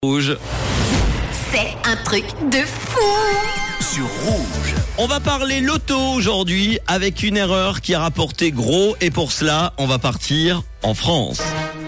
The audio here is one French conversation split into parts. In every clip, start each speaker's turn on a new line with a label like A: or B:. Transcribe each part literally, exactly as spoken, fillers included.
A: Rouge.
B: C'est un truc de fou.
A: Sur Rouge. On va parler loto aujourd'hui avec une erreur qui a rapporté gros et pour cela, on va partir en France.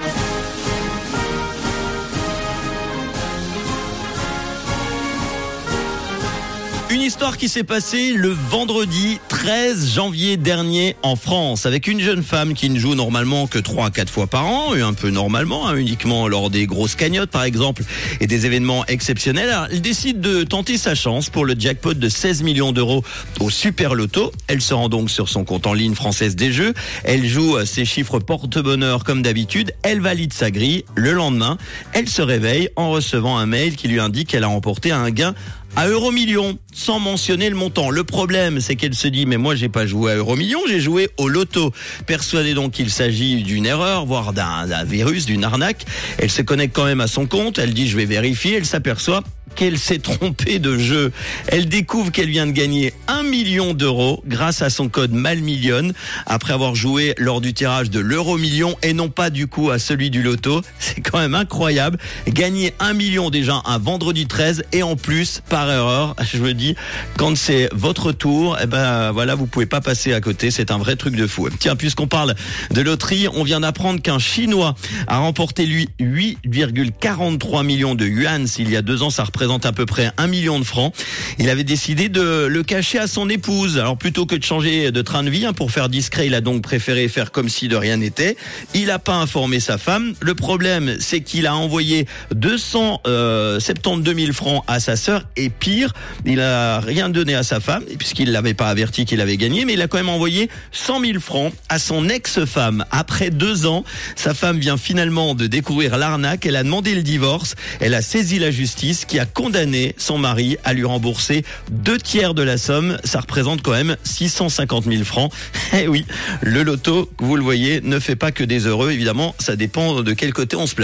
A: Une histoire qui s'est passée le vendredi treize janvier dernier en France avec une jeune femme qui ne joue normalement que trois à quatre fois par an, et un peu normalement, hein, uniquement lors des grosses cagnottes par exemple et des événements exceptionnels. Alors, elle décide de tenter sa chance pour le jackpot de seize millions d'euros au Super Loto. Elle se rend donc sur son compte en ligne Française des Jeux. Elle joue ses chiffres porte-bonheur comme d'habitude. Elle valide sa grille. Le lendemain, elle se réveille en recevant un mail qui lui indique qu'elle a remporté un gain à Euromillions, sans mentionner le montant. Le problème, c'est qu'elle se dit, mais moi, j'ai pas joué à Euromillions, j'ai joué au loto. Persuadée donc qu'il s'agit d'une erreur, voire d'un, d'un virus, d'une arnaque. Elle se connecte quand même à son compte. Elle dit, je vais vérifier. Elle s'aperçoit qu'elle s'est trompée de jeu. Elle découvre qu'elle vient de gagner un million d'euros grâce à son code Malmillion après avoir joué lors du tirage de l'Euromillion et non pas du coup à celui du loto. C'est quand même incroyable. Gagner un million déjà un vendredi treize et en plus par erreur. Je me dis, quand c'est votre tour, eh ben voilà, vous pouvez pas passer à côté. C'est un vrai truc de fou. Tiens, puisqu'on parle de loterie, on vient d'apprendre qu'un Chinois a remporté lui huit virgule quarante-trois millions de yuan. Il y a deux ans, ça représente représente à peu près un million de francs. Il avait décidé de le cacher à son épouse. Alors plutôt que de changer de train de vie, hein, pour faire discret, il a donc préféré faire comme si de rien n'était. Il n'a pas informé sa femme. Le problème, c'est qu'il a envoyé deux cent soixante-douze mille francs à sa sœur et pire, il a rien donné à sa femme puisqu'il l'avait pas averti qu'il avait gagné, mais il a quand même envoyé cent mille francs à son ex-femme. Après deux ans, sa femme vient finalement de découvrir l'arnaque. Elle a demandé le divorce. Elle a saisi la justice qui a condamné son mari à lui rembourser deux tiers de la somme. Ça représente quand même six cent cinquante mille francs. Eh oui, le loto, vous le voyez, ne fait pas que des heureux. Évidemment, ça dépend de quel côté on se place.